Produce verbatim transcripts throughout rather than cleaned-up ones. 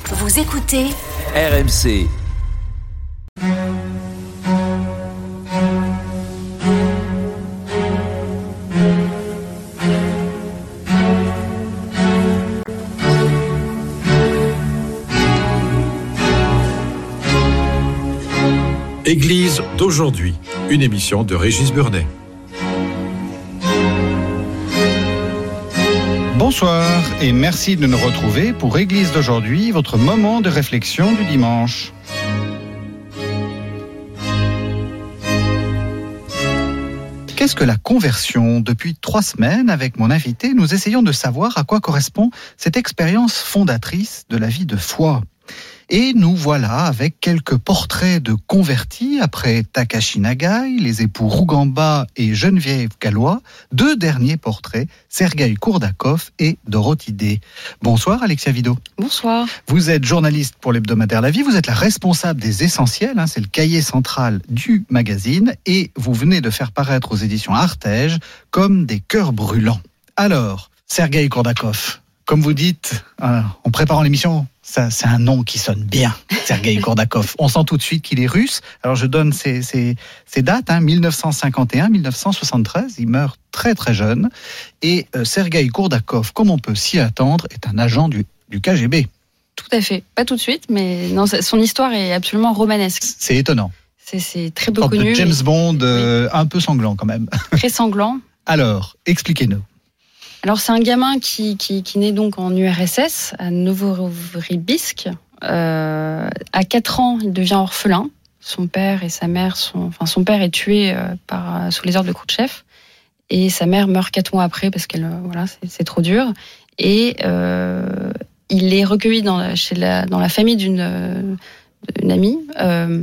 Vous écoutez R M C. Église d'aujourd'hui, une émission de Régis Burnet. Bonsoir et merci de nous retrouver pour Église d'aujourd'hui, votre moment de réflexion du dimanche. Qu'est-ce que la conversion ? Depuis trois semaines, avec mon invité, nous essayons de savoir à quoi correspond cette expérience fondatrice de la vie de foi. Et nous voilà avec quelques portraits de convertis après Takashi Nagai, les époux Rougamba et Geneviève Gallois, deux derniers portraits, Sergueï Kourdakov et Dorothy Day. Bonsoir Alexia Vido. Bonsoir. Vous êtes journaliste pour l'hebdomadaire La Vie, vous êtes la responsable des Essentiels, hein, c'est le cahier central du magazine, et vous venez de faire paraître aux éditions Artege comme des cœurs brûlants. Alors, Sergueï Kourdakov, comme vous dites, euh, en préparant l'émission, ça, c'est un nom qui sonne bien, Sergueï Kourdakov. On sent tout de suite qu'il est russe. Alors je donne ces, ces, ces dates, hein, dix-neuf cent cinquante et un à dix-neuf cent soixante-treize, il meurt très très jeune. Et euh, Sergueï Kourdakov, comme on peut s'y attendre, est un agent du, du K G B. Tout à fait, pas tout de suite, mais non, son histoire est absolument romanesque. C'est étonnant. C'est, c'est très peu Sorte connu. de James mais... Bond, euh, oui. Un peu sanglant quand même. Très sanglant. Alors, expliquez-nous. Alors c'est un gamin qui, qui, qui naît donc en U R S S, à Novorossiysk. Euh, à quatre ans, il devient orphelin. Son père et sa mère sont... Enfin, son père est tué euh, par, sous les ordres de Khrouchtchev. Et sa mère meurt quatre mois après parce qu'elle, euh, voilà, c'est, c'est trop dur. Et euh, il est recueilli dans, chez la, dans la famille d'une, euh, d'une amie. Euh,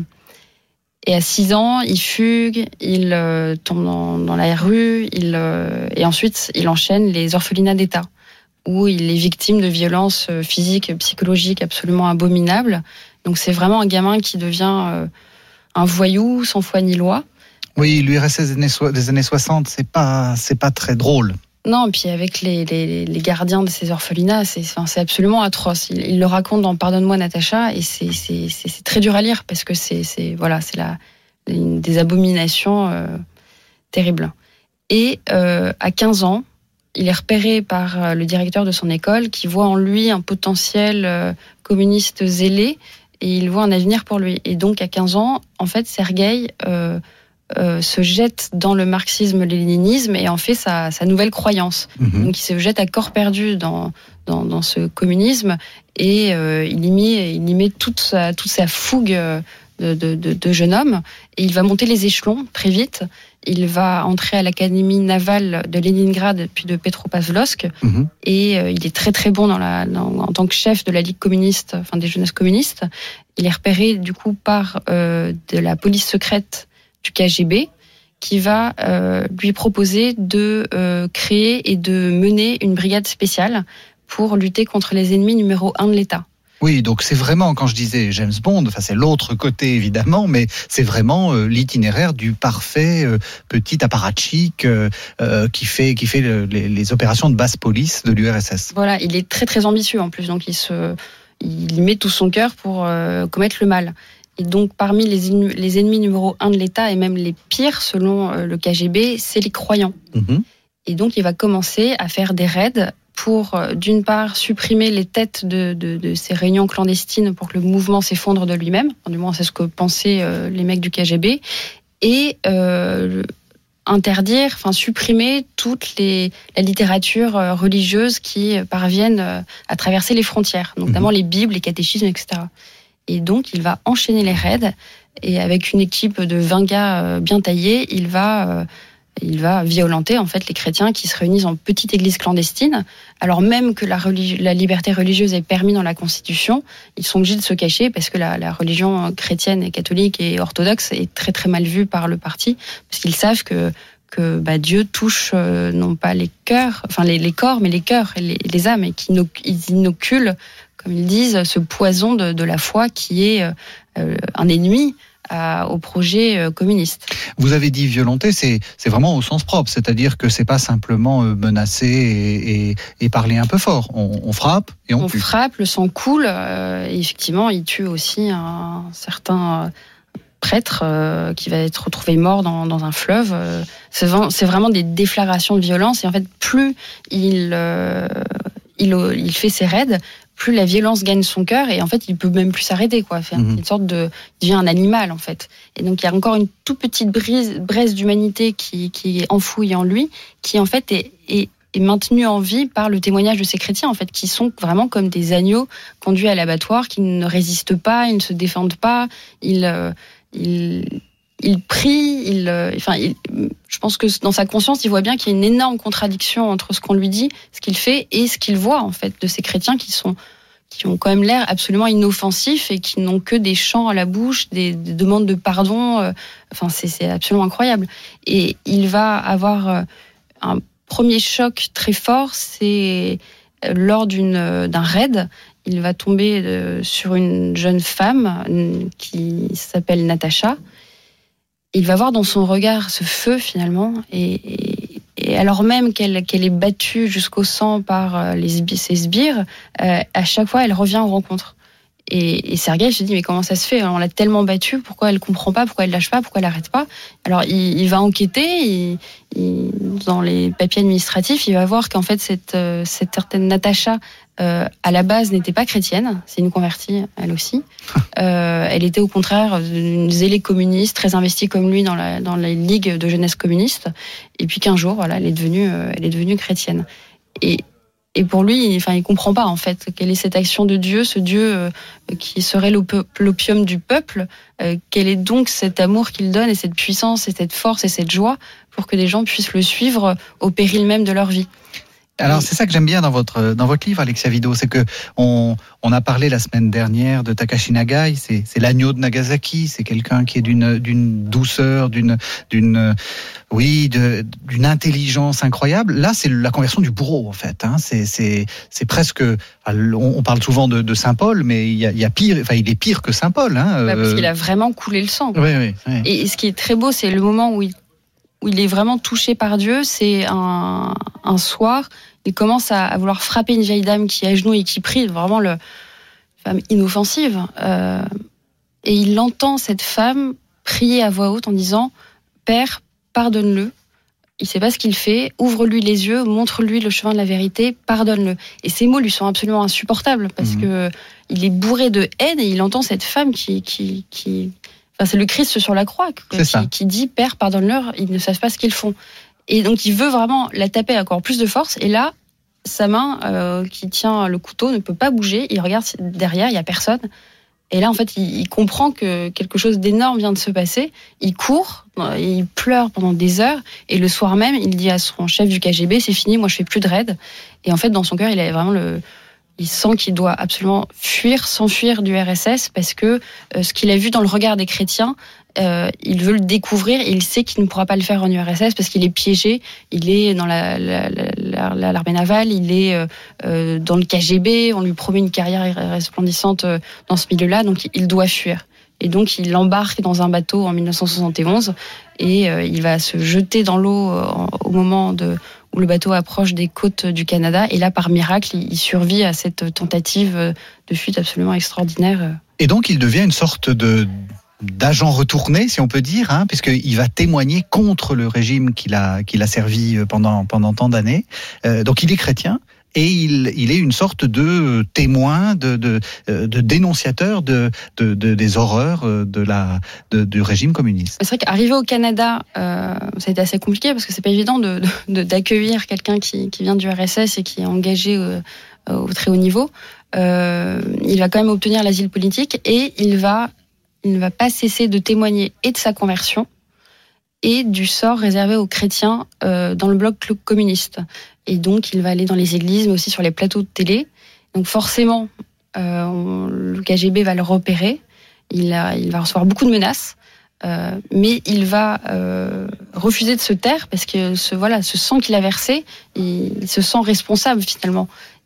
Et à six ans, il fugue, il euh, tombe dans, dans la rue, il, euh, et ensuite il enchaîne les orphelinats d'État, où il est victime de violences physiques et psychologiques absolument abominables. Donc c'est vraiment un gamin qui devient euh, un voyou sans foi ni loi. Oui, l'U R S S des années, so- des années soixante, c'est pas, c'est pas très drôle. Non, puis avec les, les, les gardiens de ces orphelinats, c'est, c'est absolument atroce. Il, il le raconte dans Pardonne-moi Natacha, et c'est, c'est, c'est, c'est très dur à lire parce que c'est, c'est, voilà, c'est la, une des abominations euh, terribles. Et euh, à quinze ans, il est repéré par le directeur de son école qui voit en lui un potentiel euh, communiste zélé, et il voit un avenir pour lui. Et donc à quinze ans, en fait, Sergueï euh, Euh, se jette dans le marxisme-léninisme et en fait sa, sa nouvelle croyance. Mmh. Donc il se jette à corps perdu dans, dans, dans ce communisme et euh, il y met, il y met toute, sa, toute sa fougue de, de, de, de jeune homme, et il va monter les échelons très vite. Il va entrer à l'académie navale de Leningrad puis de Petropavlovsk. Mmh. Et euh, il est très très bon dans la, dans, en tant que chef de la Ligue communiste, enfin des jeunesses communistes. Il est repéré du coup par euh, de la police secrète du K G B, qui va euh, lui proposer de euh, créer et de mener une brigade spéciale pour lutter contre les ennemis numéro un de l'État. Oui, donc c'est vraiment, quand je disais James Bond, enfin c'est l'autre côté évidemment, mais c'est vraiment euh, l'itinéraire du parfait euh, petit apparatchik euh, euh, qui fait, qui fait le, les, les opérations de basse police de l'U R S S. Voilà, il est très très ambitieux en plus, donc il, se, il y met tout son cœur pour euh, commettre le mal. Et donc, parmi les, ennemis, les ennemis numéro un de l'État, et même les pires, selon euh, le K G B, c'est les croyants. Mmh. Et donc, il va commencer à faire des raids pour, euh, d'une part, supprimer les têtes de, de, de ces réunions clandestines pour que le mouvement s'effondre de lui-même. Enfin, du moins, c'est ce que pensaient euh, les mecs du K G B. Et euh, interdire, enfin, supprimer toute les, la littérature euh, religieuse qui parviennent euh, à traverser les frontières, notamment mmh. les bibles, les catéchismes, et cetera. Et donc, il va enchaîner les raids, et avec une équipe de vingt gars bien taillés, il va, il va violenter en fait les chrétiens qui se réunissent en petite église clandestine, alors même que la, religi- la liberté religieuse est permise dans la Constitution. Ils sont obligés de se cacher parce que la, la religion chrétienne et catholique et orthodoxe est très très mal vue par le parti, parce qu'ils savent que que bah, Dieu touche euh, non pas les cœurs, enfin les, les corps, mais les cœurs et les, les âmes, et qu'ils inoculent, comme ils disent, ce poison de, de la foi qui est euh, un ennemi à, au projet euh, communiste. Vous avez dit violenter, c'est, c'est vraiment au sens propre, c'est-à-dire que c'est pas simplement euh, menacer et, et, et parler un peu fort. On, on frappe et on, on tue. On frappe, le sang coule, euh, et effectivement, il tue aussi un certain prêtre euh, qui va être retrouvé mort dans, dans un fleuve. Euh, c'est, vraiment, c'est vraiment des déflagrations de violence, et en fait, plus il, euh, il, il fait ses raids, plus la violence gagne son cœur, et en fait, il peut même plus s'arrêter, quoi. Faire mmh. une sorte de, il devient un animal, en fait. Et donc, il y a encore une toute petite brise, braise d'humanité qui, qui est enfouie en lui, qui en fait est, est, est maintenue en vie par le témoignage de ces chrétiens, en fait, qui sont vraiment comme des agneaux conduits à l'abattoir, qui ne résistent pas, ils ne se défendent pas, ils, euh, ils, ils prient, ils, euh, enfin, ils, je pense que dans sa conscience, il voit bien qu'il y a une énorme contradiction entre ce qu'on lui dit, ce qu'il fait, et ce qu'il voit, en fait, de ces chrétiens qui sont, qui ont quand même l'air absolument inoffensifs et qui n'ont que des chants à la bouche, des, des demandes de pardon. Euh, enfin, c'est, c'est absolument incroyable. Et il va avoir euh, un premier choc très fort, c'est lors d'une, d'un raid. Il va tomber euh, sur une jeune femme une, qui s'appelle Natacha. Il va voir dans son regard ce feu, finalement, et, et, et alors même qu'elle, qu'elle est battue jusqu'au sang par les, ses sbires, euh, à chaque fois, elle revient aux rencontres. Et, et Sergueï se dit, mais comment ça se fait ? On l'a tellement battue, pourquoi elle comprend pas, pourquoi elle lâche pas, pourquoi elle arrête pas ? Alors, il, il va enquêter, il, il, dans les papiers administratifs, il va voir qu'en fait, cette, cette certaine Natacha, euh, à la base, n'était pas chrétienne, c'est une convertie, elle aussi. Euh, elle était au contraire une zélée communiste, très investie comme lui dans la, dans les ligues de jeunesse communiste. Et puis qu'un jour, voilà, elle est devenue, euh, elle est devenue chrétienne. Et Et pour lui, il, enfin, il comprend pas en fait quelle est cette action de Dieu, ce Dieu euh, qui serait l'opium du peuple. Euh, quel est donc cet amour qu'il donne et cette puissance et cette force et cette joie pour que les gens puissent le suivre au péril même de leur vie. Alors c'est ça que j'aime bien dans votre dans votre livre, Alexia Wido, c'est que on on a parlé la semaine dernière de Takashi Nagai, c'est c'est l'agneau de Nagasaki, c'est quelqu'un qui est d'une d'une douceur, d'une d'une oui, de, d'une intelligence incroyable. Là, c'est la conversion du bourreau en fait. Hein. C'est c'est c'est presque. On parle souvent de, de Saint Paul, mais il y a, il y a pire. Enfin, il est pire que Saint Paul. Hein. Bah, parce qu'il a vraiment coulé le sang. Oui, oui, oui. Et ce qui est très beau, c'est le moment où il où il est vraiment touché par Dieu, c'est un, un soir, il commence à, à vouloir frapper une vieille dame qui est à genoux et qui prie, vraiment le, une femme inoffensive. Euh, et il entend cette femme prier à voix haute en disant « Père, pardonne-le ». Il ne sait pas ce qu'il fait, ouvre-lui les yeux, montre-lui le chemin de la vérité, pardonne-le. Et ces mots lui sont absolument insupportables parce mmh. que il est bourré de haine et il entend cette femme qui... qui, qui Enfin, c'est le Christ sur la croix qui, qui dit « Père, pardonne-leur, ils ne savent pas ce qu'ils font ». Et donc, il veut vraiment la taper avec encore plus de force. Et là, sa main euh, qui tient le couteau ne peut pas bouger. Il regarde derrière, il n'y a personne. Et là, en fait, il, il comprend que quelque chose d'énorme vient de se passer. Il court, il pleure pendant des heures. Et le soir même, il dit à son chef du K G B « C'est fini, moi je fais plus de raid ». Et en fait, dans son cœur, il avait vraiment le... Il sent qu'il doit absolument fuir, s'enfuir du R S S parce que euh, ce qu'il a vu dans le regard des chrétiens, euh, il veut le découvrir et il sait qu'il ne pourra pas le faire en U R S S parce qu'il est piégé, il est dans la, la, la, la, l'armée navale, il est euh, dans le K G B, on lui promet une carrière resplendissante dans ce milieu-là, donc il doit fuir. Et donc il embarque dans un bateau en dix-neuf cent soixante et onze et euh, il va se jeter dans l'eau euh, au moment de... où le bateau approche des côtes du Canada. Et là, par miracle, il survit à cette tentative de fuite absolument extraordinaire. Et donc, il devient une sorte de d'agent retourné, si on peut dire, hein, puisqu'il va témoigner contre le régime qu'il a, qu'il a servi pendant, pendant tant d'années. Euh, donc, il est chrétien. Et il, il est une sorte de témoin, de, de, de dénonciateur de, de, de, des horreurs de la, de, du régime communiste. C'est vrai qu'arriver au Canada, euh, ça a été assez compliqué parce que c'est pas évident de, de, d'accueillir quelqu'un qui, qui vient du R S S et qui est engagé au, au très haut niveau. Euh, il va quand même obtenir l'asile politique et il va, il ne va pas cesser de témoigner et de sa conversion et du sort réservé aux chrétiens euh, dans le bloc communiste. Et donc, il va aller dans les églises, mais aussi sur les plateaux de télé. Donc, forcément, euh, on, le K G B va le repérer. Il, a, il va recevoir beaucoup de menaces, euh, mais il va euh, refuser de se taire parce que ce, voilà, ce sang qu'il a versé, il, il se sent responsable finalement.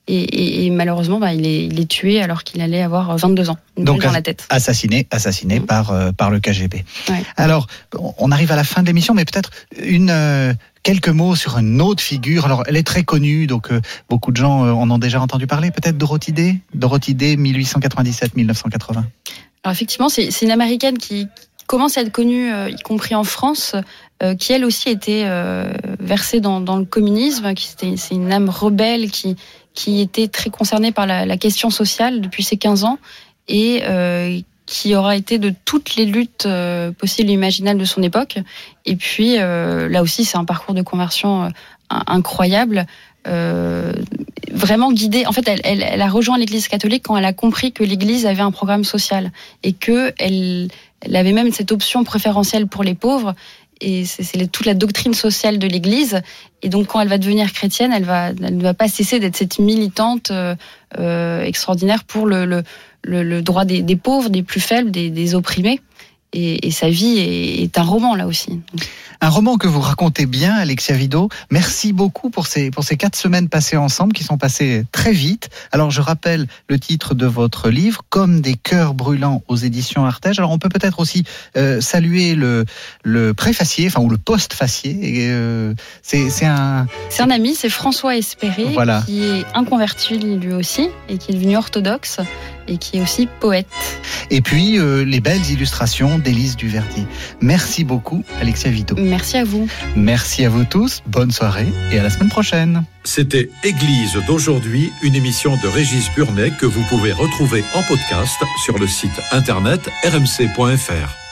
Et, et, et malheureusement, bah, il, est, il est tué alors qu'il allait avoir vingt-deux ans, une balle dans la tête. Assassiné, assassiné mmh. par, euh, par le K G B. Ouais. Alors, on arrive à la fin de l'émission, mais peut-être une... Euh, quelques mots sur une autre figure. Alors, elle est très connue, donc euh, beaucoup de gens euh, en ont déjà entendu parler. Peut-être Dorothy Day, Dorothy Day, dix-huit cent quatre-vingt-dix-sept à dix-neuf cent quatre-vingts. Alors effectivement, c'est, c'est une Américaine qui commence à être connue, euh, y compris en France, euh, qui elle aussi était euh, versée dans, dans le communisme. Qui c'était, c'est une âme rebelle qui qui était très concernée par la, la question sociale depuis ses quinze ans et euh, qui aura été de toutes les luttes euh, possibles et imaginables de son époque. Et puis, euh, là aussi, c'est un parcours de conversion euh, incroyable, euh, vraiment guidée. En fait, elle, elle, elle a rejoint l'Église catholique quand elle a compris que l'Église avait un programme social et que elle, elle avait même cette option préférentielle pour les pauvres. Et c'est, c'est toute la doctrine sociale de l'Église. Et donc, quand elle va devenir chrétienne, elle, va, elle ne va pas cesser d'être cette militante euh, euh, extraordinaire pour le, le, le, le droit des, des pauvres, des plus faibles, des, des opprimés. Et, et sa vie est, est un roman, là aussi. Un roman que vous racontez bien, Alexia Wido. Merci beaucoup pour ces, pour ces quatre semaines passées ensemble, qui sont passées très vite. Alors, je rappelle le titre de votre livre, Comme des cœurs brûlants, aux éditions Artege. Alors, on peut peut-être aussi euh, saluer le, le préfacier, enfin, ou le postfacier. Et, euh, c'est, c'est un... C'est un ami, c'est François Espéré, voilà. Qui est inconverti lui aussi, et qui est devenu orthodoxe, et qui est aussi poète. Et puis, euh, les belles illustrations d'Élise Duverdier. Merci beaucoup, Alexia Wido. Merci à vous. Merci à vous tous. Bonne soirée et à la semaine prochaine. C'était Église d'aujourd'hui, une émission de Régis Burnet que vous pouvez retrouver en podcast sur le site internet r m c point f r.